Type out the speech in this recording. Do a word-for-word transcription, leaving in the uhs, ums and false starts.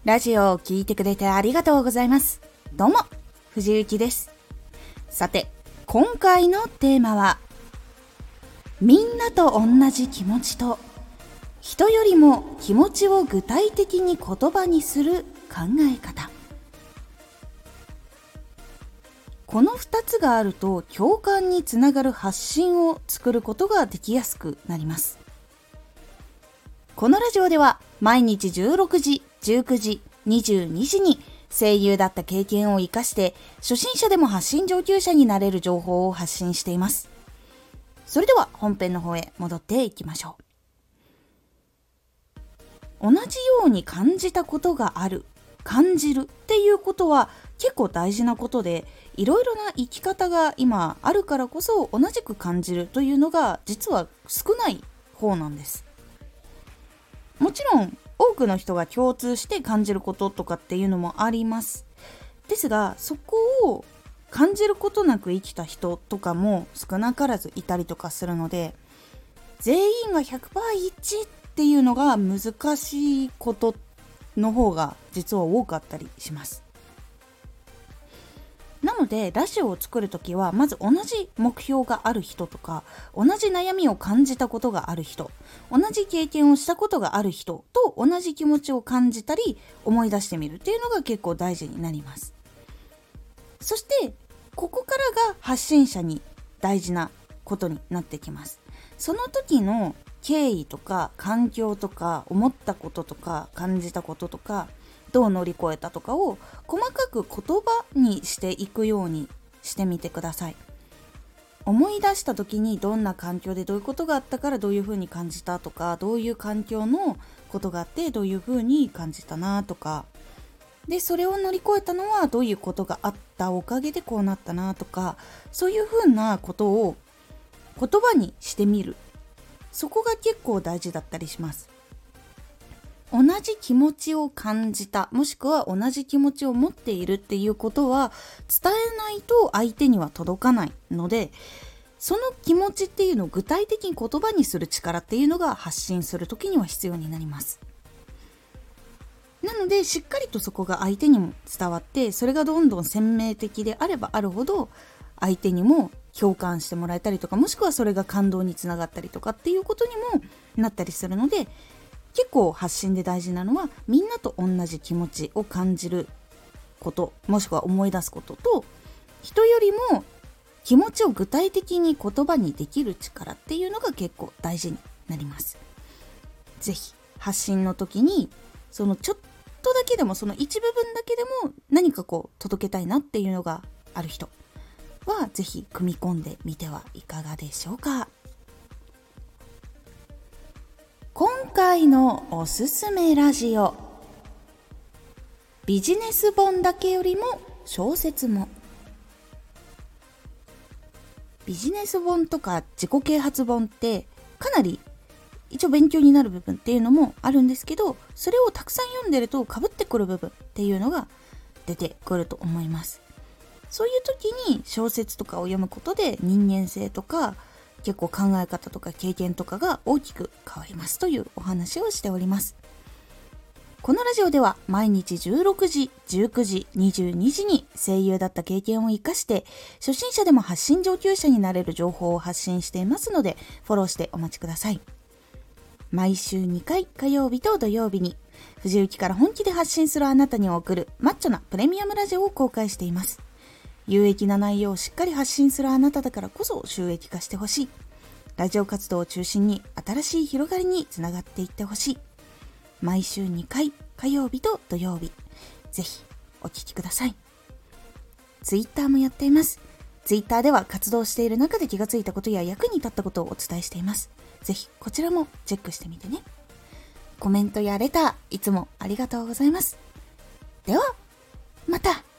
ラジオを聞いてくれてありがとうございます。どうも、藤幸です。さて、今回のテーマは、みんなと同じ気持ちと、人よりも気持ちを具体的に言葉にする考え方。このふたつがあると、共感につながる発信を作ることができやすくなります。このラジオでは毎日じゅうろくじ、じゅうくじ、にじゅうにじに声優だった経験を生かして初心者でも発信上級者になれる情報を発信しています。それでは本編の方へ戻っていきましょう。同じように感じたことがある、感じるっていうことは結構大事なことで、いろいろな生き方が今あるからこそ同じく感じるというのが実は少ない方なんです。もちろん多くの人が共通して感じることとかっていうのもあります。ですが、そこを感じることなく生きた人とかも少なからずいたりとかするので、全員が ひゃくパーセント 一致っていうのが難しいことの方が実は多かったりします。なのでラジオを作るときはまず同じ目標がある人とか、同じ悩みを感じたことがある人、同じ経験をしたことがある人と同じ気持ちを感じたり思い出してみるっていうのが結構大事になります。そしてここからが発信者に大事なことになってきます。その時の経緯とか環境とか思ったこととか感じたこととかどう乗り越えたとかを細かく言葉にしていくようにしてみてください。思い出した時にどんな環境でどういうことがあったからどういうふうに感じたとか、どういう環境のことがあってどういうふうに感じたなとか、でそれを乗り越えたのはどういうことがあったおかげでこうなったなとか、そういうふうなことを言葉にしてみる。そこが結構大事だったりします。同じ気持ちを感じた、もしくは同じ気持ちを持っているっていうことは伝えないと相手には届かないので、その気持ちっていうのを具体的に言葉にする力っていうのが発信するときには必要になります。なのでしっかりとそこが相手にも伝わって、それがどんどん鮮明的であればあるほど相手にも共感してもらえたりとか、もしくはそれが感動につながったりとかっていうことにもなったりするので、結構発信で大事なのはみんなと同じ気持ちを感じること、もしくは思い出すことと、人よりも気持ちを具体的に言葉にできる力っていうのが結構大事になります。ぜひ発信の時にそのちょっとだけでも、その一部分だけでも何かこう届けたいなっていうのがある人はぜひ組み込んでみてはいかがでしょうか。今回のおすすめラジオ、ビジネス本だけよりも小説も。ビジネス本とか自己啓発本ってかなり一応勉強になる部分っていうのもあるんですけど、それをたくさん読んでると被ってくる部分っていうのが出てくると思います。そういう時に小説とかを読むことで人間性とか結構考え方とか経験とかが大きく変わりますというお話をしております。このラジオでは毎日じゅうろくじ、じゅうくじ、にじゅうにじに声優だった経験を生かして初心者でも発信上級者になれる情報を発信していますので、フォローしてお待ちください。毎週にかい、火曜日と土曜日に藤雪から本気で発信するあなたに送るマッチョなプレミアムラジオを公開しています。有益な内容をしっかり発信するあなただからこそ収益化してほしい。ラジオ活動を中心に新しい広がりにつながっていってほしい。毎週にかい、火曜日と土曜日、ぜひお聞きください。ツイッターもやっています。ツイッターでは活動している中で気がついたことや役に立ったことをお伝えしています。ぜひこちらもチェックしてみてね。コメントやレターいつもありがとうございます。ではまた。